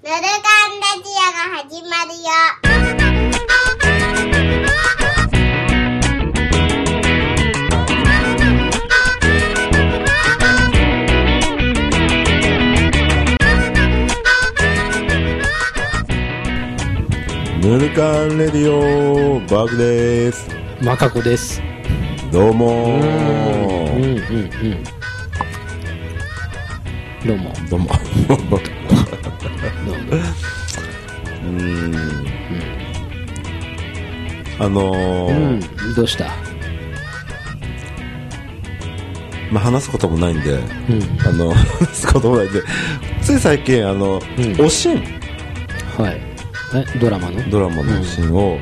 ヌルカンラジオが始まるよ。 ヌルカンレディオバーグです。 マカコです。 どうもどうもどうもどうした？ まあ話すこともないんで、話すこともないんで、つい最近おしん、 はい、ドラマのおしんを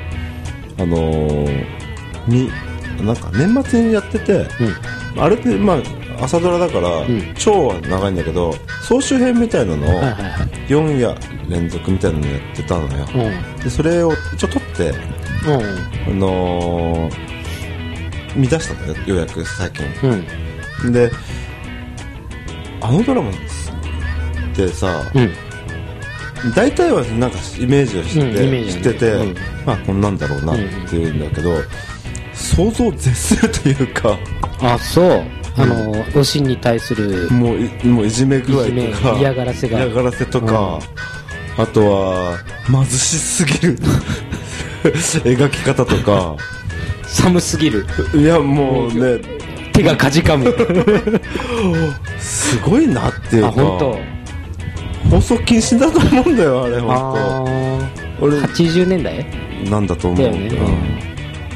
なんか年末にやってて、あれってまあ朝ドラだから、超は長いんだけど総集編みたいなのを4夜連続みたいなのやってたのよ、でそれを一応撮って、見出したんだよ、ようやく最近、であのドラマってさ、大体はなんかイメージをしてて、まあこんなんだろうなっていうんだけど、想像を絶するというか、 あ、そう、おしんに対するもういじめ具合とか嫌がらせとか、あとは貧しすぎる描き方とか、 寒すぎる、 いやもうね、 手がかじかむすごいなっていうか、 本当放送禁止だと思うんだよ、あれ本当。俺 80年代なんだと思う。 だよね、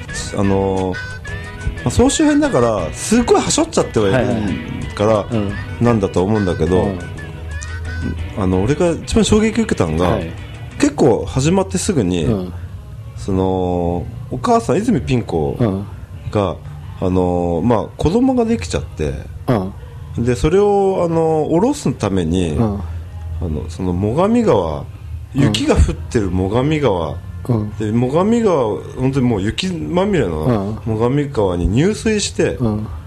総集編だからすごいはしょっちゃってはいるからなんだと思うんだけど、俺が一番衝撃受けたのが、結構始まってすぐに、そのお母さん泉ピン子が、まあ、子供ができちゃって、でそれを下ろすために、その最上川、雪が降ってる最上川、で最上川、本当にもう雪まみれの最上川に入水して、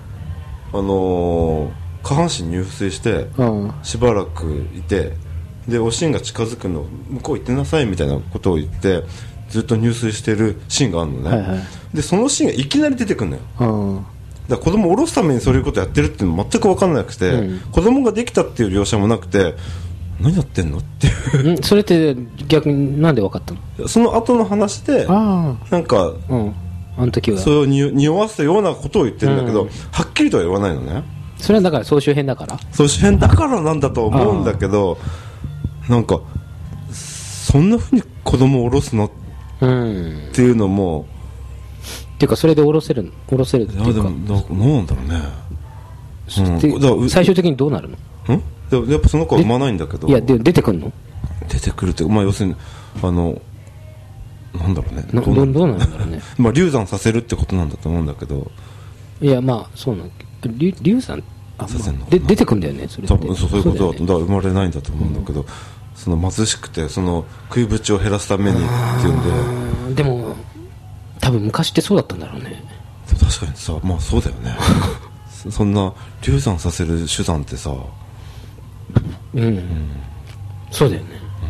下半身入水して、しばらくいて、でおしんが近づくの向こう行ってなさいみたいなことを言ってずっと入水してるシーンがあるのね、でそのシーンがいきなり出てくるのよ、だから子供を下ろすためにそういうことやってるっていうの全く分からなくて、子供ができたっていう描写もなくて、何やってんのっていうそれって逆になんで分かったの？ その後の話でなんか、 あの時はそれを匂わせるようなことを言ってるんだけど、はっきりとは言わないのね。 それはだから総集編だから、 総集編だからなんだと思うんだけど、なんかそんな風に子供を下ろすのっていうのも、 っていうかそれで下ろせるっていうか、 いやでもどうなんだろうね、 最終的にどうなるの？ やっぱその子は産まないんだけど、 いやで出てくるの？ 出てくるっていうか、まあ要するになんだろうね、 どうなんだろうねまあ流産させるってことなんだと思うんだけど、 いやまあそうなんだけど、流産させんので出てくるんだよね、それって多分そういうことだと、だから生まれないんだと思うんだけど、その貧しくてその食いぶちを減らすためにっていうんで、 でも多分昔ってそうだったんだろうね。 確かにさ、まあそうだよねそんな流産させる手段ってさ、 そうだよね、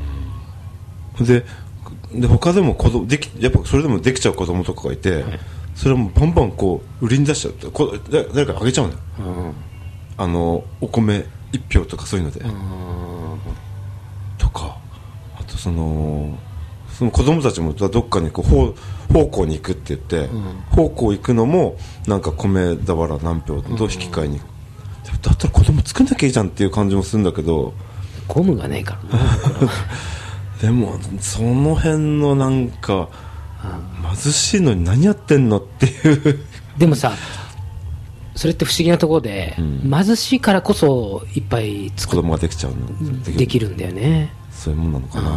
で他でもやっぱそれでもできちゃう子供とかがいて、それもバンバンこう売りに出しちゃうって、誰かあげちゃうんだよ、お米1票とかそういうので、とか、あとその子供たちもどっかにこう奉公に行くって言って、奉公行くのもなんか米俵何票と引き換えに、だったら子供作んなきゃいいじゃんっていう感じもするんだけど、 ゴムがねえからなでもその辺のなんか、貧しいのに何やってんのっていうでもさ、それって不思議なところで、貧しいからこそいっぱい子供ができちゃうのできるんだよね。 そういうもんなのかな、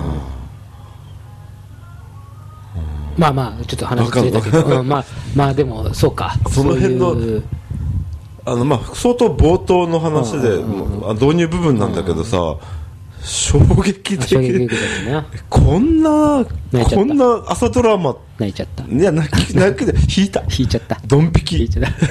まあまあちょっと話ずれたけど、まあでもそうか、 その辺のまあ相当冒頭の話で、導入部分なんだけどさ、衝撃的で、こんな朝ドラマ、 泣いちゃった。 いや泣きで引いちゃった、 ドン引き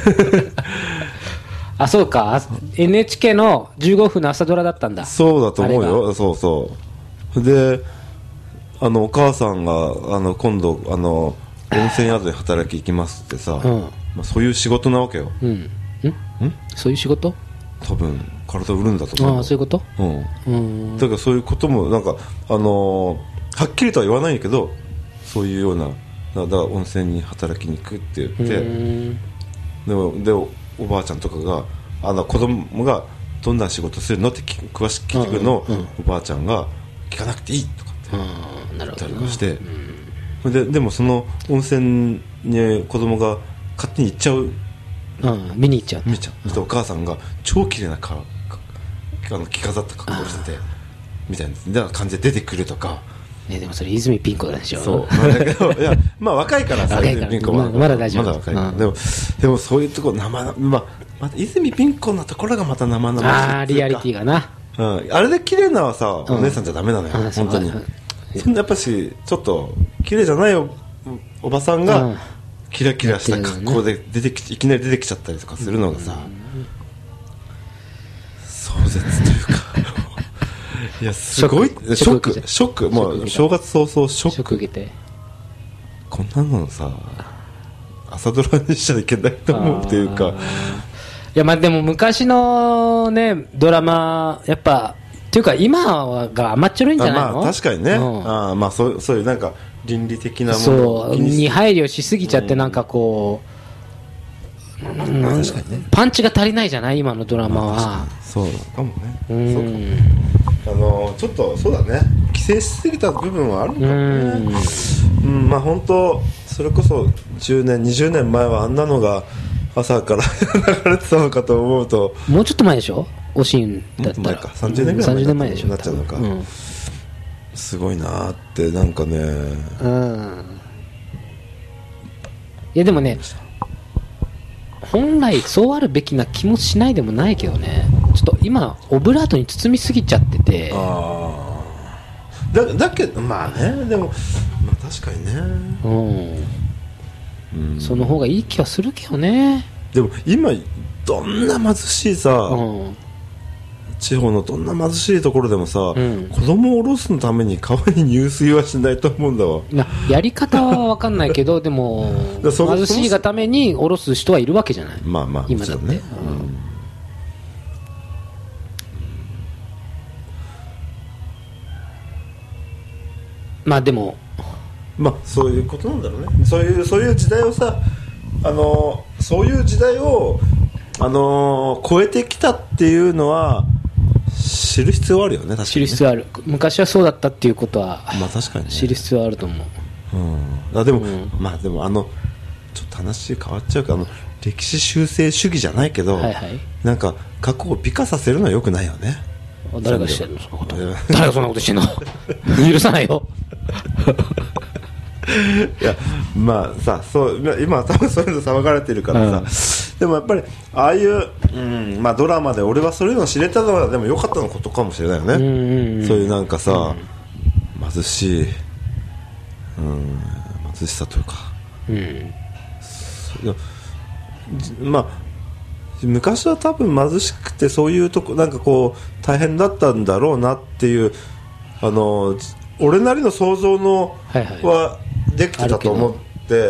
あ、そうか、 NHK の15分の朝ドラだったんだ。 そうだと思うよ。そうそう、 でお母さんが今度温泉宿で働き行きますってさ、まあ、そういう仕事なわけよ。 そういう仕事？ 多分体売るんだと思う。 ああ、そういうこと？ だからそういうこともなんかはっきりとは言わないけど、そういうようなだから温泉に働きに行くって言ってでおばあちゃんとかが子供がどんな仕事するのって詳しく聞いてくるのを、おばあちゃんが聞かなくていいとかって言ったりとかして、でもその温泉に子供が勝手に行っちゃう、 見に行っちゃう、 でお母さんが超綺麗な着飾った格好をしててみたいな感じで出てくるとか。 でもそれ泉ピン子でしょ。 そうだけどいや、まあ若いからさ、泉ピン子はまだ大丈夫、 まだ若いから、でもそういうところまた泉ピン子のところがまた生々しい。 リアリティがな、 あれで綺麗なはさ、お姉さんじゃダメなのよ、本当に。そんなやっぱしちょっと綺麗じゃないおばさんがキラキラした格好でいきなり出てきちゃったりとかするのがさ、壮絶というかいやすごいショック、もう正月早々ショック受けて、 こんなのさ朝ドラにしちゃいけないと思うっていうか。 いや、まあでも昔のねドラマやっぱっていうか今が甘っちょろいんじゃないの？ まあ確かにね、まあそういうなんか倫理的なものそうに配慮しすぎちゃって、なんかこう、確かにね、パンチが足りないじゃない、今のドラマは。 そうかもね。ちょっとそうだね、規制しすぎた部分はあるのかもね。まあ本当それこそ10年20年前はあんなのが朝から流れてたのかと思うと、 もうちょっと前でしょ、おしんだったら 30年ぐらい前でしょ、なっちゃうのか、すごいなってなんかね。 いやでもね、本来そうあるべきな気もしないでもないけどね、ちょっと今オブラートに包みすぎちゃってて。 だけどまあね、でもまあ確かにね、 その方がいい気はするけどね。 でも今どんな貧しいさ、地方のどんな貧しいところでもさ、子供を下ろすのために川に入水はしないと思うんだわ。 やり方は分かんないけどでも貧しいがために下ろす人はいるわけじゃない。 まあまあ今だって、まあでもまあそういうことなんだろうね。そういう時代をさ、そういう時代を超えてきたっていうのは知る必要あるよね。確かにね、 知る必要ある。昔はそうだったっていうことは、 まあ確かにね、 知る必要あると思う。 でも、まあでもちょっと話変わっちゃうけど、歴史修正主義じゃないけど、なんか過去を美化させるのは良くないよね。 誰がしてんのそんなこと。誰がそんなことしてんの許さないよいやまあさ、今は多分そういうの騒がれてるからさ、でもやっぱりああいう、まあ、ドラマで俺はそういうのを知れたのはでも良かったのことかもしれないよね。そういうなんかさ、貧しい、貧しさというか、まあ昔は多分貧しくてそういうとこなんかこう大変だったんだろうなっていう俺なりの想像のはできてたと思って、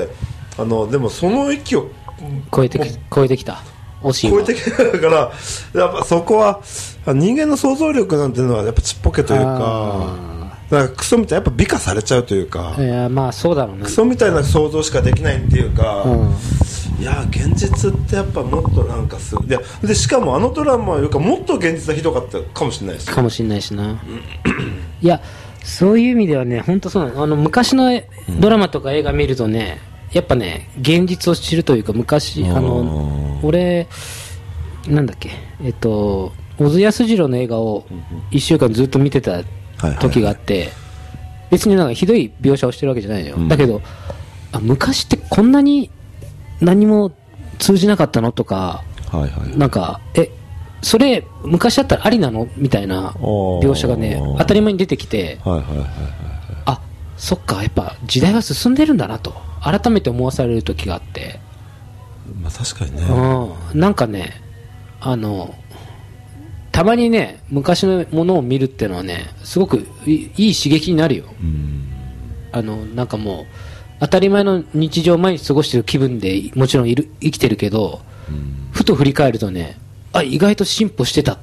でもその域を超えてきた、 超えてきたからやっぱそこは人間の想像力なんていうのはやっぱちっぽけというか、だからクソみたいなやっぱ美化されちゃうというか、 いやまあそうだろうね、 クソみたいな想像しかできないっていうか、いや現実ってやっぱもっとなんかでしかもドラマよりかもっと現実はひどかったかもしれないしな、いやそういう意味ではね、本当そうなの。昔のドラマとか映画見るとね、やっぱね現実を知るというか、昔俺なんだっけ、小津安二郎の映画を1週間ずっと見てた時があって、別になんかひどい描写をしてるわけじゃないのよ、だけど昔ってこんなに何も通じなかったのとか、なんかそれ昔だったらありなのみたいな描写がね当たり前に出てきて、あ、そっか、やっぱ時代は進んでるんだなと改めて思わされる時があって、まあ確かにね、 なんかねたまにね昔のものを見るっていうのはねすごくいい刺激になるよ。なんかもう当たり前の日常を毎日過ごしてる気分でもちろん生きてるけど、ふと振り返るとね意外と進歩してたって。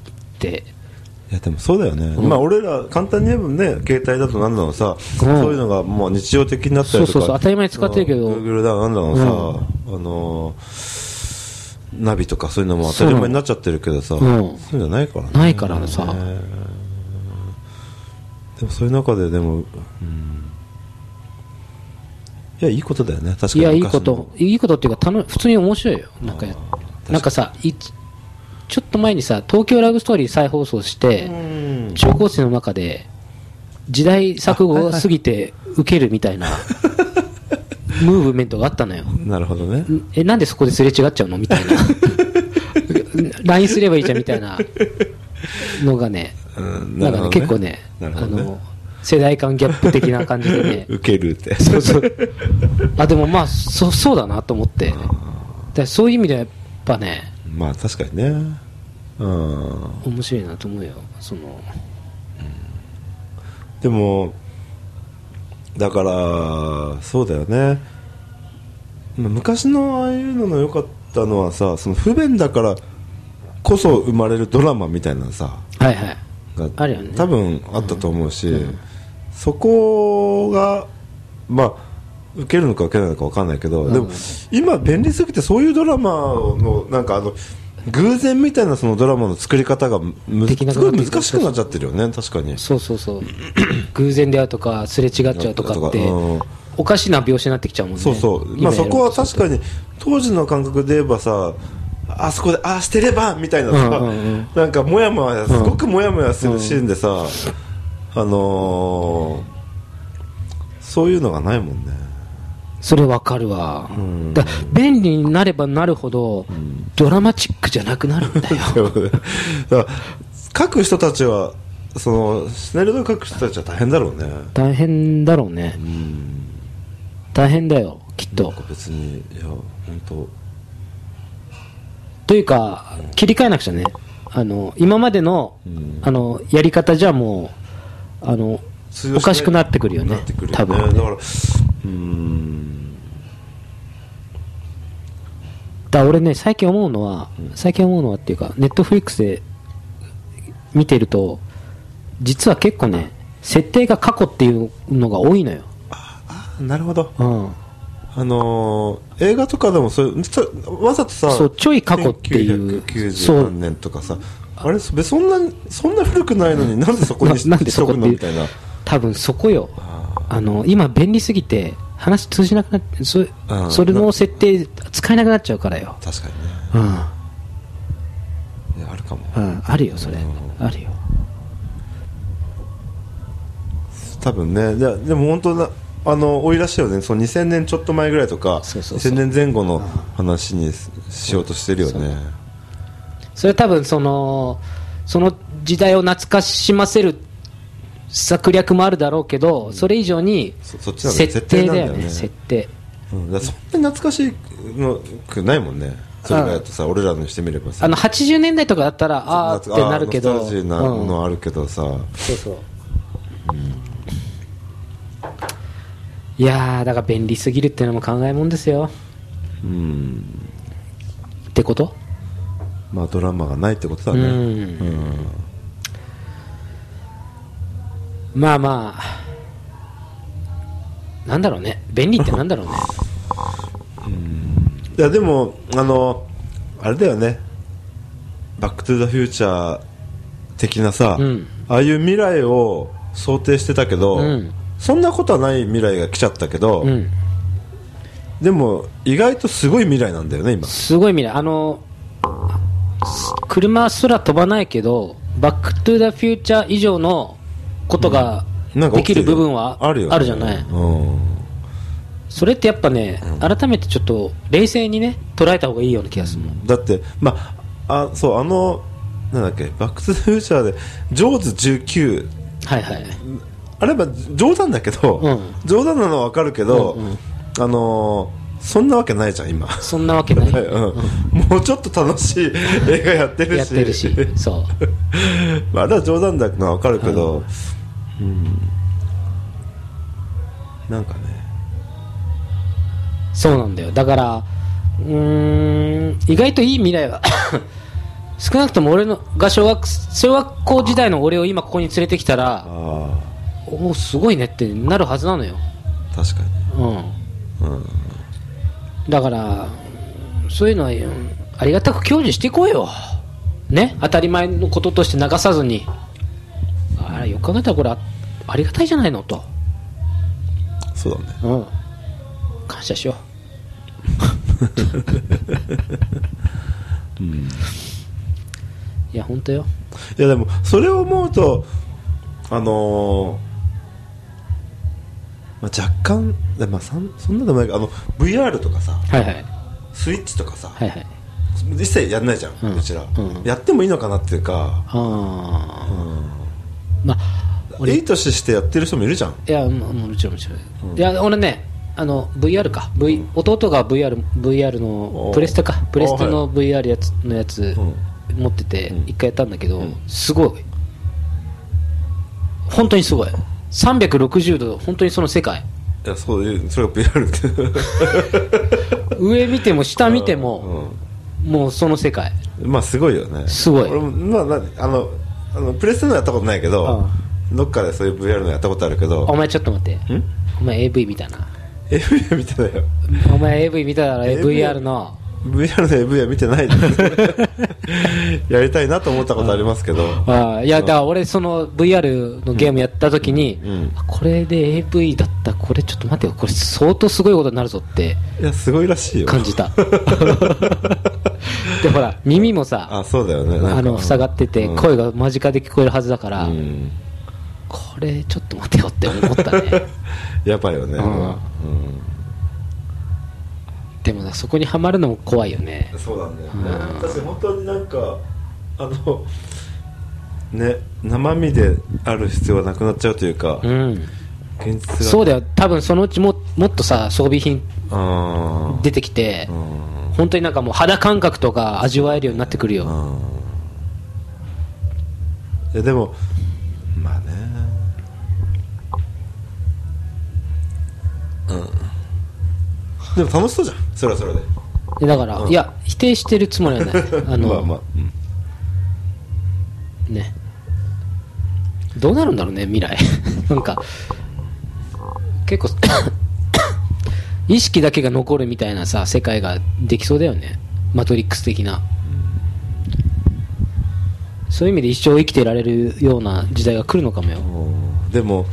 いやでもそうだよね、まあ俺ら簡単に言えばね携帯だとなんだろうさ、そういうのがもう日常的になったりとか、 そう当たり前に使ってるけど Google だなんだろうさ、ナビとかそういうのも当たり前になっちゃってるけどさ、そういうのないからね。 ないからさ、 でもそういう中ででも、いやいいことだよね。確かに。 いやいいことっていうか普通に面白いよ。なんかさちょっと前にさ東京ラブストーリー再放送して中高生の中で時代錯誤が過ぎて受けるみたいなムーブメントがあったのよ。 なるほどね。 なんでそこですれ違っちゃうのみたいなLINE すればいいじゃんみたいなのがね、なんかね結構ね世代間ギャップ的な感じでね受けるってそうでもまあそうだなと思って、だそういう意味ではやっぱねまあ確かにね、 面白いなと思うよでもだからそうだよね。昔のああいうのの良かったのはさ、その不便だからこそ生まれるドラマみたいなさ、 はいはいがあるよね。 多分あったと思うし、そこがまあ受けるのか受けないのか分かんないけど、でも今便利すぎてそういうドラマのなんか偶然みたいなそのドラマの作り方がすごい難しくなっちゃってるよね。確かにそう偶然であるとかすれ違っちゃうとかっておかしな描写になってきちゃうもんね。 まあそこは確かに当時の感覚で言えばさ、あそこでああしてればみたいなさ、なんかもやもやすごくもやもやするシーンでさ、そういうのがないもんね。 それわかるわ、だ便利になればなるほど、ドラマチックじゃなくなるんだよだから書く人たちはそのシナリオを書く人たちは大変だろうね。 大変だろうね、大変だよきっと。 別にいや本当というか、切り替えなくちゃね。今までの、やり方じゃもうおかしくなってくるよね。多分ね。だから俺ね最近思うのはっていうかネットフリックスで見てると実は結構ね設定が過去っていうのが多いのよ。 なるほど。映画とかでもそういうわざとさ、 ちょい過去っていう 1990何年とかさ、あれそんな古くないのになんでそこになんでそこのみたいな。 多分そこよ。今便利すぎて話通じなくなってそれの設定使えなくなっちゃうからよ。 確かにね。いやあるかも。 あるよそれ。あるよ。 多分ね。でも本当な多いらしいよね。その2000年ちょっと前ぐらいとか2000年前後の話にしようとしてるよね。 それ多分その時代を懐かしませる策略もあるだろうけど、それ以上に設定だよね。設定。 そんなに懐かしくないもんね。それがやっとさ俺らにしてみればさ、 80年代とかだったらあーってなるけど、 ノスタルジーなのあるけどさ、 いやーだから便利すぎるっていうのも考えもんですよ。ってこと？ まあドラマがないってことだね。 まあなんだろうね、便利ってなんだろうね。 いやでもあれだよね、バックトゥザフューチャー的なさ、ああいう未来を想定してたけど、そんなことはない未来が来ちゃったけど、でも意外とすごい未来なんだよね今。 すごい未来。車すら飛ばないけどバックトゥザフューチャー以上のことができる部分はあるじゃない。それってやっぱね、改めてちょっと冷静にね捉えた方がいいような気がするもん。 だってそうなんだっけ、バックトゥザフューチャーでジョーズ19、あれは冗談だけど、冗談なのは分かるけど、 そんなわけないじゃん今。 そんなわけない、 もうちょっと楽しい映画やってるしそうあれは冗談だのはわかるけど、なんかね、 そうなんだよ。だから意外といい未来は少なくとも俺のが小学校時代の俺を今ここに連れてきたら、おおすごいねってなるはずなのよ。 確かに、 だからそういうのはありがたく享受していこうよね。当たり前のこととして流さずに、あらよく考えたらこれ ありがたいじゃないのと。 そうだね、 感謝しよういや本当よ。 いやでもそれを思うと若干そんなでもないけどVR とかさ、 はいはい、 スイッチとかさ、 はいはい、 実際やんないじゃん、うちら、やってもいいのかなっていうか、まあいい年してやってる人もいるじゃん。 いやもちろん、いや俺ねVR か、弟が VR のプレステの VR のやつ持ってて一回やったんだけど、すごい本当にすごい360度本当にその世界。 いやそれが VR って上見ても下見ても、もうその世界。 まあすごいよね。 すごい。 俺もプレステのやったことないけど、どっかでそういう VR のやったことあるけど。 お前ちょっと待って、お前 AV 見たな。 AV 見てたよ。 お前 AV 見ただろ。 VR の AV は見てないやりたいなと思ったことありますけど、 いやだから俺その VR のゲームやった時に、これで AV だったらこれちょっと待ってよ、これ相当すごいことになるぞっていやすごいらしいよ感じたでほら耳もさ、 そうだよね、 塞がってて声が間近で聞こえるはずだから、これちょっと待てよって思ったねやばいよね、 でもそこにはまるのも怖いよね。 そうなんだよね、確かに本当になんかね、生身である必要がなくなっちゃうというか、現実がそうだよ。多分そのうちもっとさ装備品出てきて、本当になんかもう肌感覚とか味わえるようになってくるよ。 いやでもまあね、でも楽しそうじゃん、それはそれで。 だから、いや否定してるつもりはないね、どうなるんだろうね未来なんか結構意識だけが残るみたいなさ世界ができそうだよね、マトリックス的な。そういう意味で一生生きていられるような時代が来るのかもよ。 でも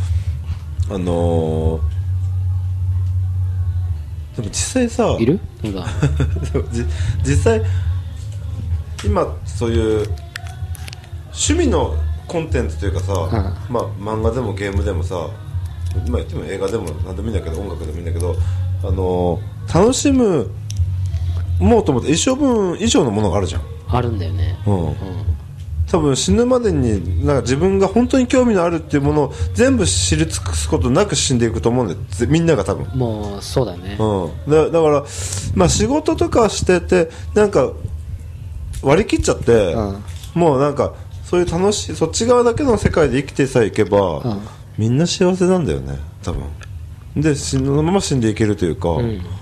でも実際さいるそうだ実際今そういう趣味のコンテンツというかさ、まあ、漫画でもゲームでもさ、まあ、言っても映画でも何でもいいんだけど音楽でもいいんだけど、楽しむもうと思って一生分以上のものがあるじゃん。 あるんだよね、 多分死ぬまでになんか自分が本当に興味のあるっていうものを全部知り尽くすことなく死んでいくと思うんだよ、みんなが多分。 もうそうだね、 だから、まあ、仕事とかしててなんか割り切っちゃって、もうなんかそういう楽しいそっち側だけの世界で生きてさえいけば、みんな幸せなんだよね多分。でそのまま死んでいけるというか、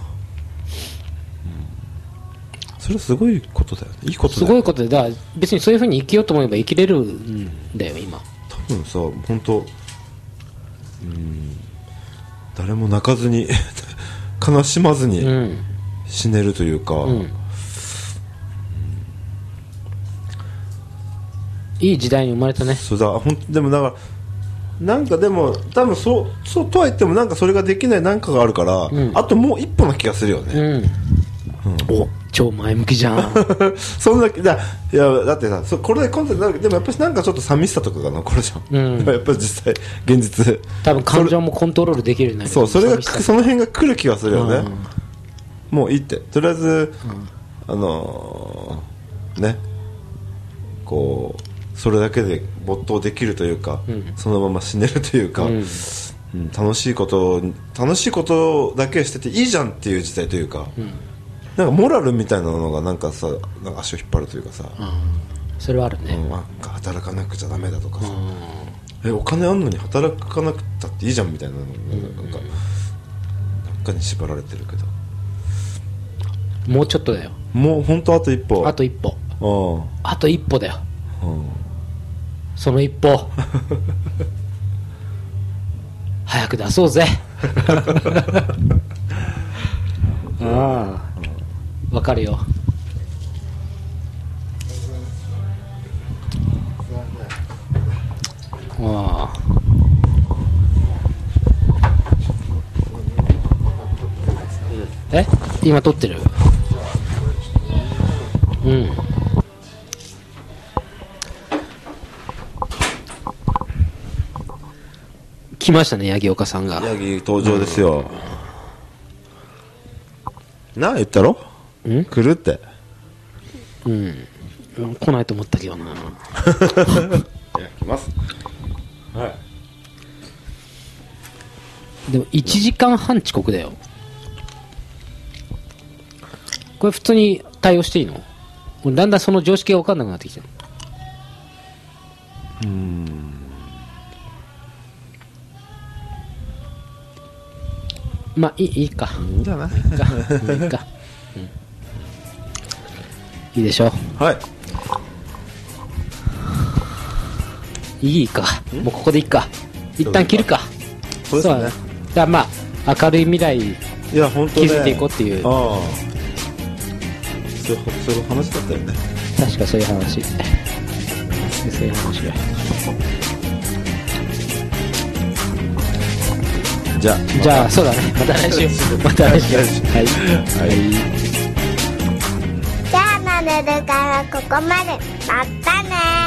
それはすごいことだよね。いいことだよね。 すごいことで、だから別にそういう風に生きようと思えば生きれるんだよ今。 多分さ本当誰も泣かずに悲しまずに死ねるというか、 いい時代に生まれたね。 そうだでもだからなんかでも多分そうとは言ってもなんかそれができないなんかがあるから、あともう一歩な気がするよね。 お超前向きじゃんそんないやだってさこれでコンテンツになるけどでもやっぱりなんかちょっと寂しさとかが残るじゃん、やっぱり実際現実多分感情もコントロールできるようになる。 そうそれがその辺が来る気がするよね、もういいってとりあえず、ねこうそれだけで没頭できるというか、そのまま死ねるというか、 楽しいことだけしてていいじゃんっていう時代というか、なんかモラルみたいなのがなんかさ、なんか足を引っ張るというかさ、 それはあるね。 働かなくちゃダメだとかさ、お金あんのに働かなくたっていいじゃんみたいなのなんかに縛られてるけど、 もうちょっとだよ。 もう本当あと一歩。 あと一歩。あと一歩だよ。その一歩早く出そうぜ。わかるよ。今撮ってる。来ましたね、八木岡さんが。 八木登場ですよ。なあ言ったろ？来るって。 来ないと思ったけどな。いや、 来ます。はい。 でも1時間半遅刻だよ。これ普通に対応していいの？だんだんその常識が分かんなくなってきてる。まあいいか。 いいんじゃない？ いいか。いいでしょう。 はい。 いいか。もうここでいいか。一旦切るか。 そうですね。 だからまあ明るい未来築いていこうっていう。 そういう話だったよね。 確かそういう話。そういう話だ。じゃあそうだね。また来週。また来週。はい。 じゃあなるからここまで。またね。